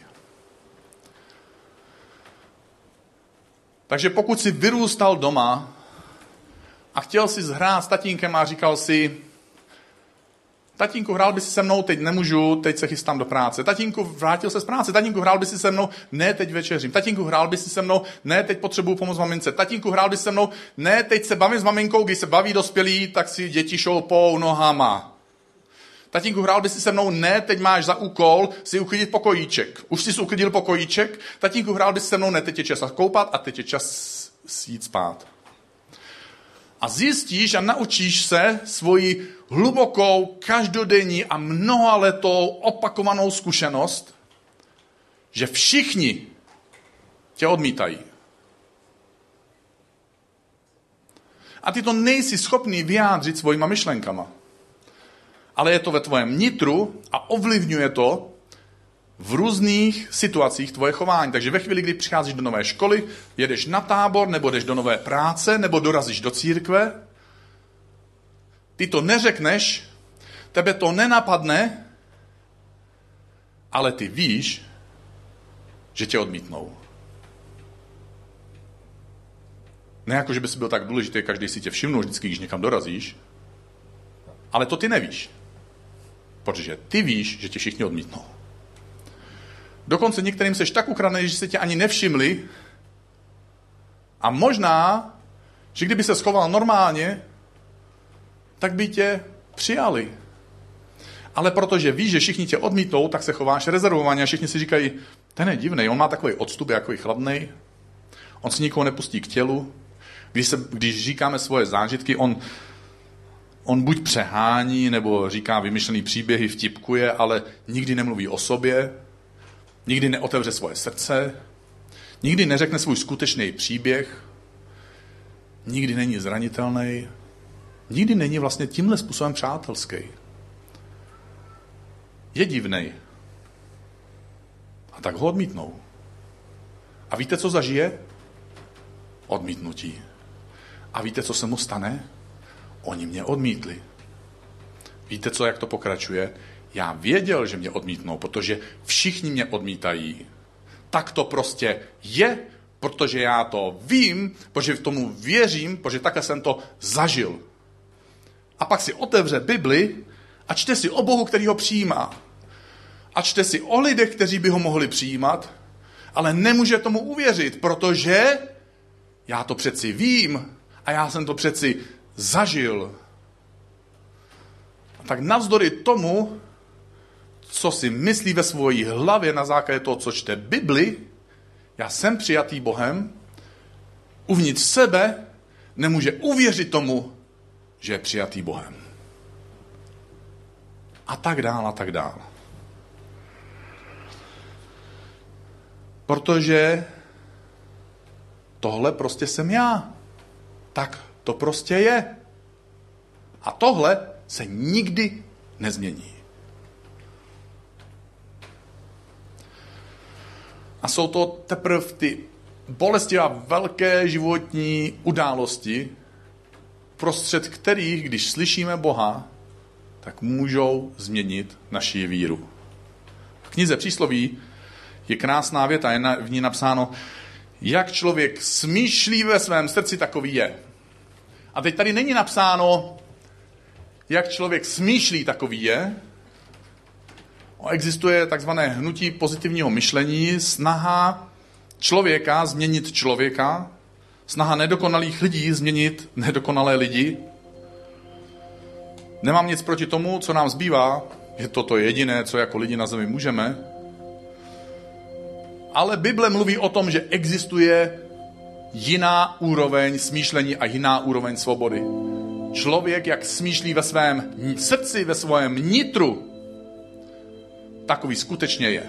[SPEAKER 1] Takže pokud jsi vyrůstal doma a chtěl si hrát s tatínkem a říkal si, tatínku, hrál by si se mnou, teď nemůžu, teď se chystám do práce. Tatínku, vrátil se z práce. Tatínku, hrál by si se mnou, ne, teď večeřím. Tatínku, hrál by si se mnou, ne, teď potřebuju pomoct mamince. Tatínku, hrál by si se mnou, ne, teď se bavím s maminkou, když se baví dospělí, tak si děti šoupou nohama. Tatínku, hrál by si se mnou? Ne, teď máš za úkol si uklidit pokojíček. Už jsi uklidil pokojíček? Tatínku, hrál by si se mnou? Ne, teď je čas koupat a teď je čas jít spát. A zjistíš a naučíš se svoji hlubokou, každodenní a mnohaletou opakovanou zkušenost, že všichni tě odmítají. A ty to nejsi schopný vyjádřit svojima myšlenkama. Ale je to ve tvém nitru a ovlivňuje to v různých situacích tvoje chování. Takže ve chvíli, kdy přicházíš do nové školy, jedeš na tábor, nebo jdeš do nové práce, nebo dorazíš do církve, ty to neřekneš, tebe to nenapadne, ale ty víš, že tě odmítnou. Ne jako, že by si byl tak důležitý, každý si tě všimnul vždycky, když někam dorazíš, ale to ty nevíš. Protože ty víš, že tě všichni odmítnou. Dokonce některým seš tak ukradený, že se tě ani nevšimli a možná, že kdyby se schoval normálně, tak by tě přijali. Ale protože víš, že všichni tě odmítnou, tak se chováš rezervovaně a všichni si říkají, ten je divnej, on má takový odstup, je takový chladnej, on si nikoho nepustí k tělu. Když říkáme svoje zážitky, on buď přehání, nebo říká vymyšlený příběhy, vtipkuje, ale nikdy nemluví o sobě, nikdy neotevře svoje srdce, nikdy neřekne svůj skutečný příběh, nikdy není zranitelný, nikdy není vlastně tímhle způsobem přátelský. Je divnej. A tak ho odmítnou. A víte, co zažije? Odmítnutí. A víte, co se mu stane? Oni mě odmítli. Víte, co, jak to pokračuje? Já věděl, že mě odmítnou, protože všichni mě odmítají. Tak to prostě je, protože já to vím, protože v tomu věřím, protože takhle jsem to zažil. A pak si otevře Bibli a čte si o Bohu, který ho přijímá. A čte si o lidech, kteří by ho mohli přijímat, ale nemůže tomu uvěřit, protože já to přeci vím a já jsem to přeci zažil. A tak navzdory tomu, co si myslí ve svojí hlavě na základě toho, co čte Bibli, já jsem přijatý Bohem, uvnitř sebe nemůže uvěřit tomu, že je přijatý Bohem. A tak dál, a tak dál. Protože tohle prostě jsem já. Tak to prostě je. A tohle se nikdy nezmění. A jsou to teprve ty bolesti a velké životní události, prostřed kterých, když slyšíme Boha, tak můžou změnit naši víru. V knize Přísloví je krásná věta, je v ní napsáno, jak člověk smýšlí ve svém srdci, takový je. A teď tady není napsáno, jak člověk smýšlí, takový je. Existuje takzvané hnutí pozitivního myšlení, snaha člověka změnit člověka, snaha nedokonalých lidí změnit nedokonalé lidi. Nemám nic proti tomu, co nám zbývá, je to jediné, co jako lidi na zemi můžeme. Ale Bible mluví o tom, že existuje jiná úroveň smýšlení a jiná úroveň svobody. Člověk, jak smýšlí ve svém srdci, ve svém nitru, takový skutečně je.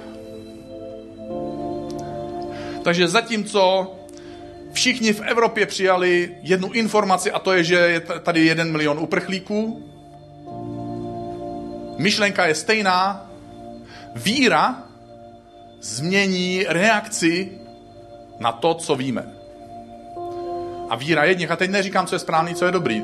[SPEAKER 1] Takže zatímco všichni v Evropě přijali jednu informaci, a to je, že je tady 1 milion uprchlíků, myšlenka je stejná, víra změní reakci na to, co víme. A víra jedněch, a teď neříkám, co je správný, co je dobrý.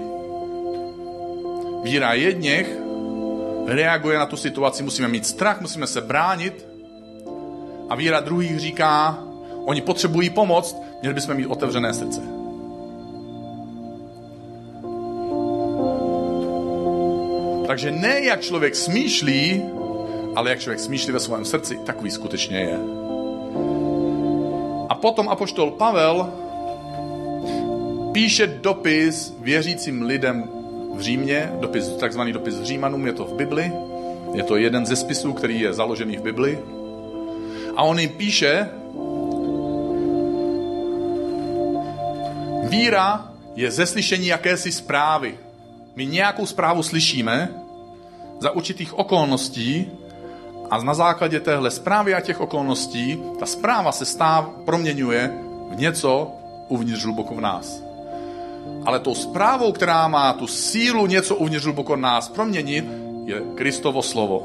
[SPEAKER 1] Víra jedněch reaguje na tu situaci, musíme mít strach, musíme se bránit. A víra druhých říká, oni potřebují pomoc, měli bychom mít otevřené srdce. Takže ne jak člověk smýšlí, ale jak člověk smýšlí ve svém srdci, takový skutečně je. A potom apoštol Pavel píše dopis věřícím lidem v Římě, takzvaný dopis Římanům, je to v Bibli, Je to jeden ze spisů, který je založený v Bibli. A on jim píše, víra je ze slyšení jakési zprávy. My nějakou zprávu slyšíme za určitých okolností a na základě téhle zprávy a těch okolností ta zpráva se proměňuje v něco uvnitř hluboko v nás. Ale tou zprávou, která má tu sílu něco uvnitř hluboko v nás proměnit, je Kristovo slovo.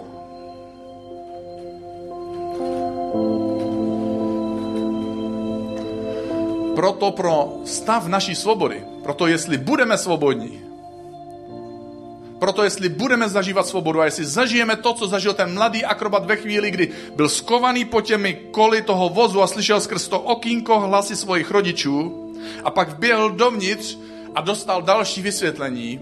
[SPEAKER 1] Proto pro stav naší svobody, proto jestli budeme svobodní, proto jestli budeme zažívat svobodu a jestli zažijeme to, co zažil ten mladý akrobat ve chvíli, kdy byl skovaný po těmi koly toho vozu a slyšel skrz to okýnko hlasy svojich rodičů a pak vběhl dovnitř a dostal další vysvětlení.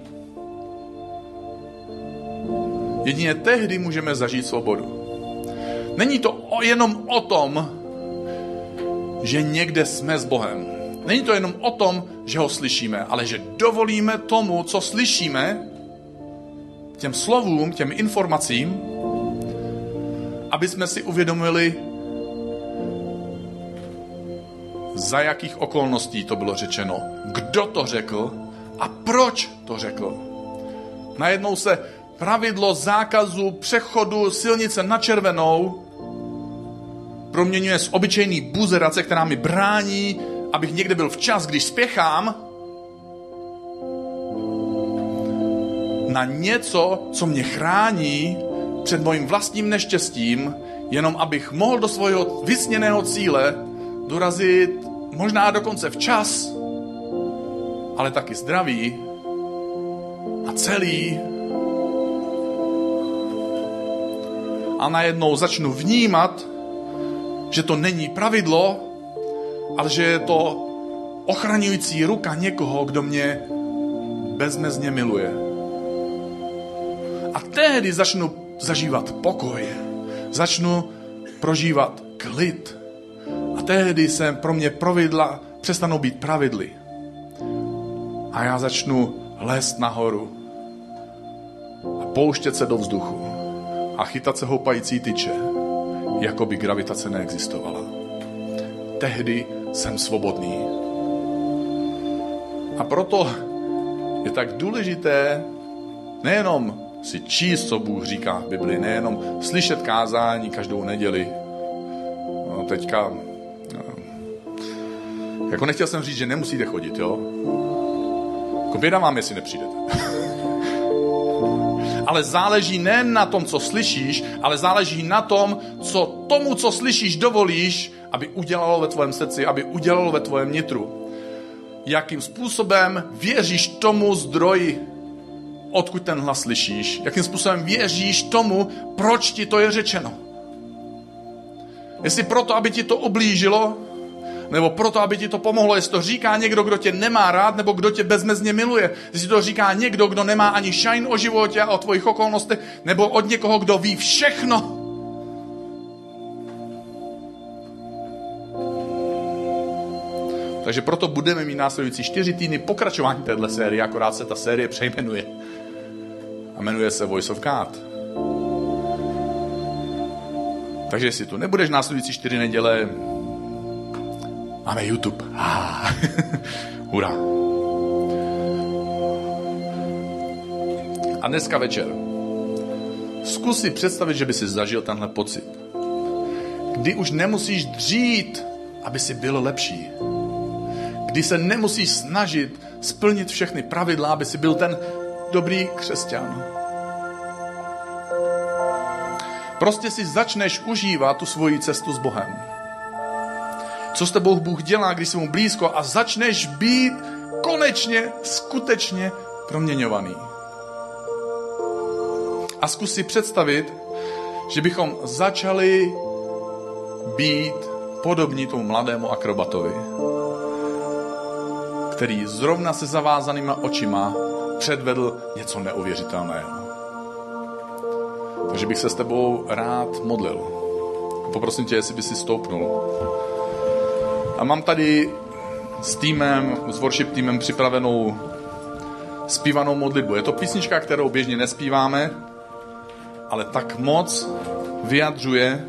[SPEAKER 1] Jedině tehdy můžeme zažít svobodu. Není to jenom o tom, že někde jsme s Bohem. Není to jenom o tom, že ho slyšíme, ale že dovolíme tomu, co slyšíme, těm slovům, těm informacím, aby jsme si uvědomili, za jakých okolností to bylo řečeno, kdo to řekl a proč to řekl. Najednou se pravidlo zákazu přechodu silnice na červenou proměňuje z obyčejný buzerace, která mi brání, abych někde byl včas, když spěchám, na něco, co mě chrání před mojím vlastním neštěstím, jenom abych mohl do svého vysněného cíle dorazit možná dokonce včas, ale taky zdravý a celý. A najednou začnu vnímat, že to není pravidlo, ale že je to ochraňující ruka někoho, kdo mě bezmezně miluje. A tehdy začnu zažívat pokoj, začnu prožívat klid. A tehdy se pro mě pravidla přestanou být pravidly. A já začnu lézt nahoru a pouštět se do vzduchu a chytat se houpající tyče, jako by gravitace neexistovala. Tehdy jsem svobodný. A proto je tak důležité nejenom si číst, co Bůh říká v Biblii, nejenom slyšet kázání každou neděli. No teďka, jako nechtěl jsem říct, že nemusíte chodit, jo? Jako běda vám, jestli nepřijdete. Ale záleží ne na tom, co slyšíš, ale záleží na tom, co tomu, co slyšíš, dovolíš, aby udělalo ve tvém srdci, aby udělalo ve tvém nitru. Jakým způsobem věříš tomu zdroji, odkud ten hlas slyšíš. Jakým způsobem věříš tomu, proč ti to je řečeno. Jestli proto, aby ti to ublížilo, nebo proto, aby ti to pomohlo, jestli to říká někdo, kdo tě nemá rád, nebo kdo tě bezmezně miluje. Jestli to říká někdo, kdo nemá ani šajn o životě a o tvojich okolnostech, nebo od někoho, kdo ví všechno. Takže proto budeme mít následující 4 týdny pokračování téhle série, akorát se ta série přejmenuje. A jmenuje se Voice of God. Takže jestli tu nebudeš následující 4 neděle, máme YouTube. Hurá. A dneska večer zkus si představit, že by si zažil tenhle pocit. Kdy už nemusíš dřít, aby si byl lepší. Kdy se nemusíš snažit splnit všechny pravidla, aby si byl ten dobrý křesťan. Prostě si začneš užívat tu svoji cestu s Bohem. Co s tebou Bůh dělá, když jsi mu blízko a začneš být konečně, skutečně proměňovaný. A zkus si představit, že bychom začali být podobní tomu mladému akrobatovi, který zrovna se zavázanýma očima předvedl něco neuvěřitelného. Takže bych se s tebou rád modlil. Poprosím tě, jestli by si stoupnul. A mám tady s týmem, s worship týmem připravenou zpívanou modlitbu. Je to písnička, kterou běžně nespíváme, ale tak moc vyjadřuje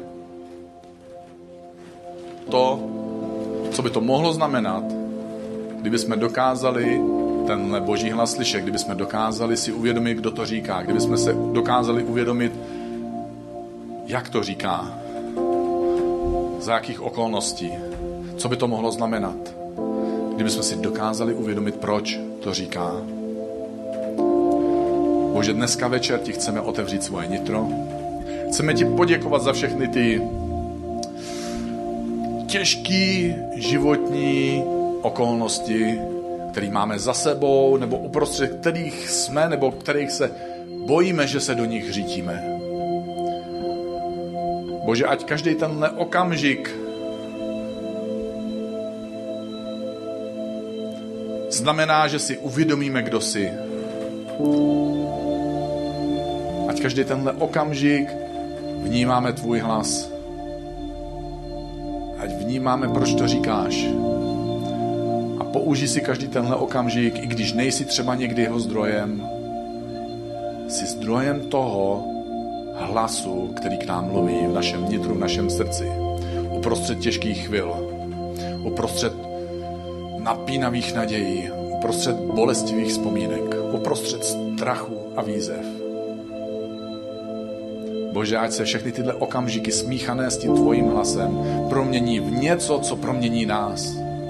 [SPEAKER 1] to, co by to mohlo znamenat, kdyby jsme dokázali tenhle boží hlas slyšet, kdyby jsme dokázali si uvědomit, kdo to říká, kdyby jsme se dokázali uvědomit, jak to říká, za jakých okolností, co by to mohlo znamenat, kdyby jsme si dokázali uvědomit, proč to říká. Bože, dneska večer ti chceme otevřít svoje nitro. Chceme ti poděkovat za všechny ty těžké životní okolnosti, které máme za sebou, nebo uprostřed kterých jsme, nebo kterých se bojíme, že se do nich řítíme. Bože, ať každý tenhle okamžik znamená, že si uvědomíme, kdo jsi. Ať každý tenhle okamžik vnímáme tvůj hlas. Ať vnímáme, proč to říkáš. A použij si každý tenhle okamžik, i když nejsi třeba někdy jeho zdrojem. Jsi zdrojem toho hlasu, který k nám mluví v našem vnitru, v našem srdci. Uprostřed těžkých chvil. Uprostřed napínavých nadějí. Uprostřed bolestivých vzpomínek. Uprostřed strachu a výzev. Bože, ať se všechny tyhle okamžiky smíchané s tím tvojím hlasem promění v něco, co promění nás.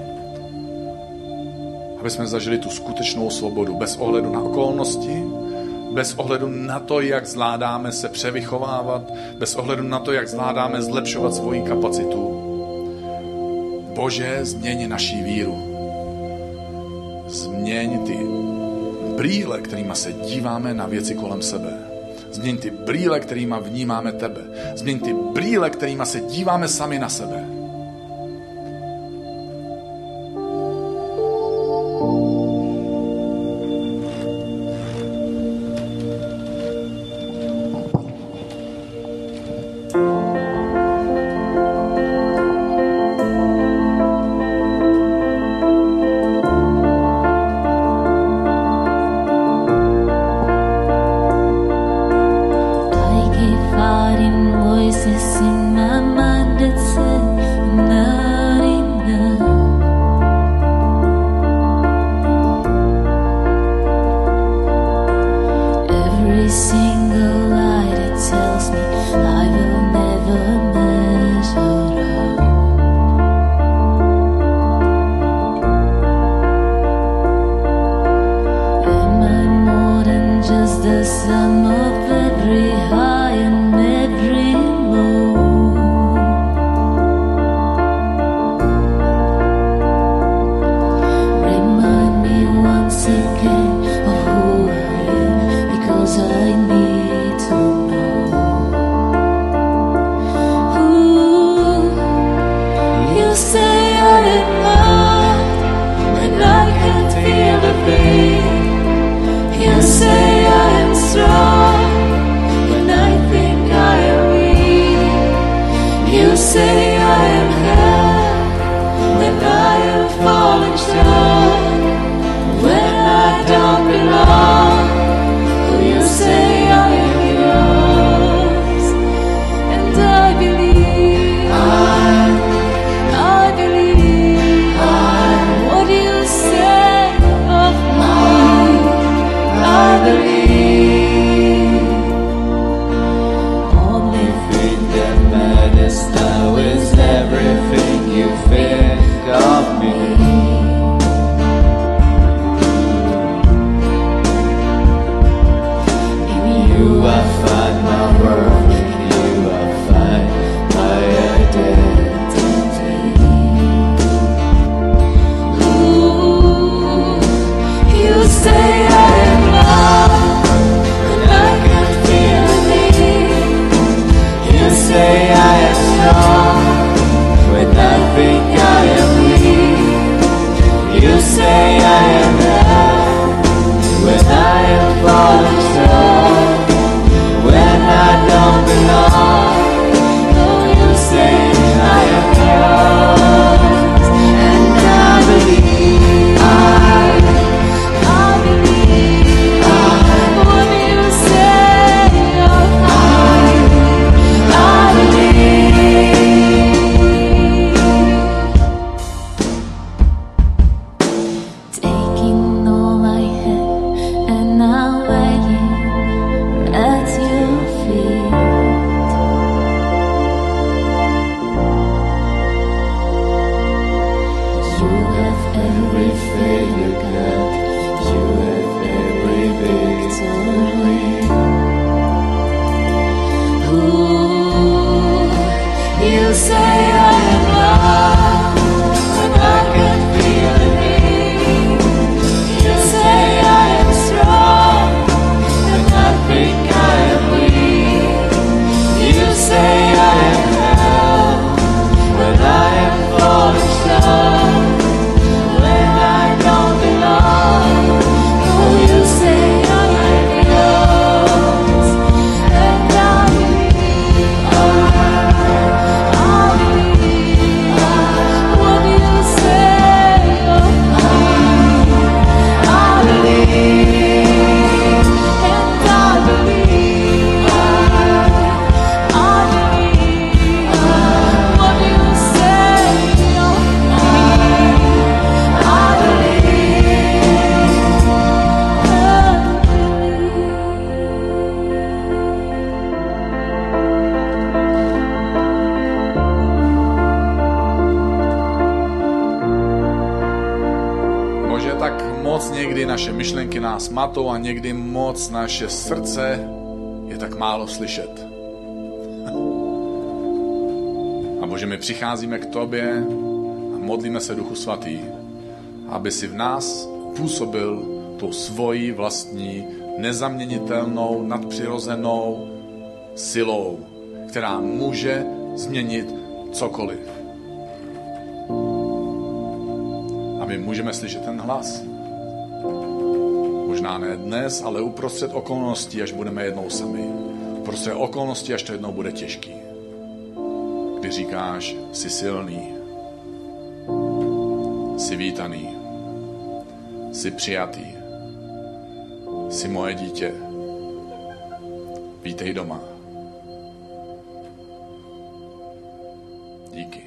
[SPEAKER 1] Aby jsme zažili tu skutečnou svobodu, bez ohledu na okolnosti, bez ohledu na to, jak zvládáme se převychovávat, bez ohledu na to, jak zvládáme zlepšovat svoji kapacitu. Bože, změň naší víru. Změň ty brýle, kterýma se díváme na věci kolem sebe. Změň ty brýle, kterýma vnímáme tebe. Změň ty brýle, kterýma se díváme sami na sebe. Někdy naše myšlenky nás matou a někdy moc naše srdce je tak málo slyšet. A Bože, my přicházíme k Tobě a modlíme se, Duchu Svatý, aby si v nás působil tou svojí vlastní, nezaměnitelnou, nadpřirozenou silou, která může změnit cokoliv. A my můžeme slyšet ten hlas. Možná ne dnes, ale uprostřed okolností, až budeme jednou sami. Uprostřed okolností, až to jednou bude těžký. Kdy říkáš, jsi silný, jsi vítaný, jsi přijatý, jsi moje dítě. Vítej doma. Díky.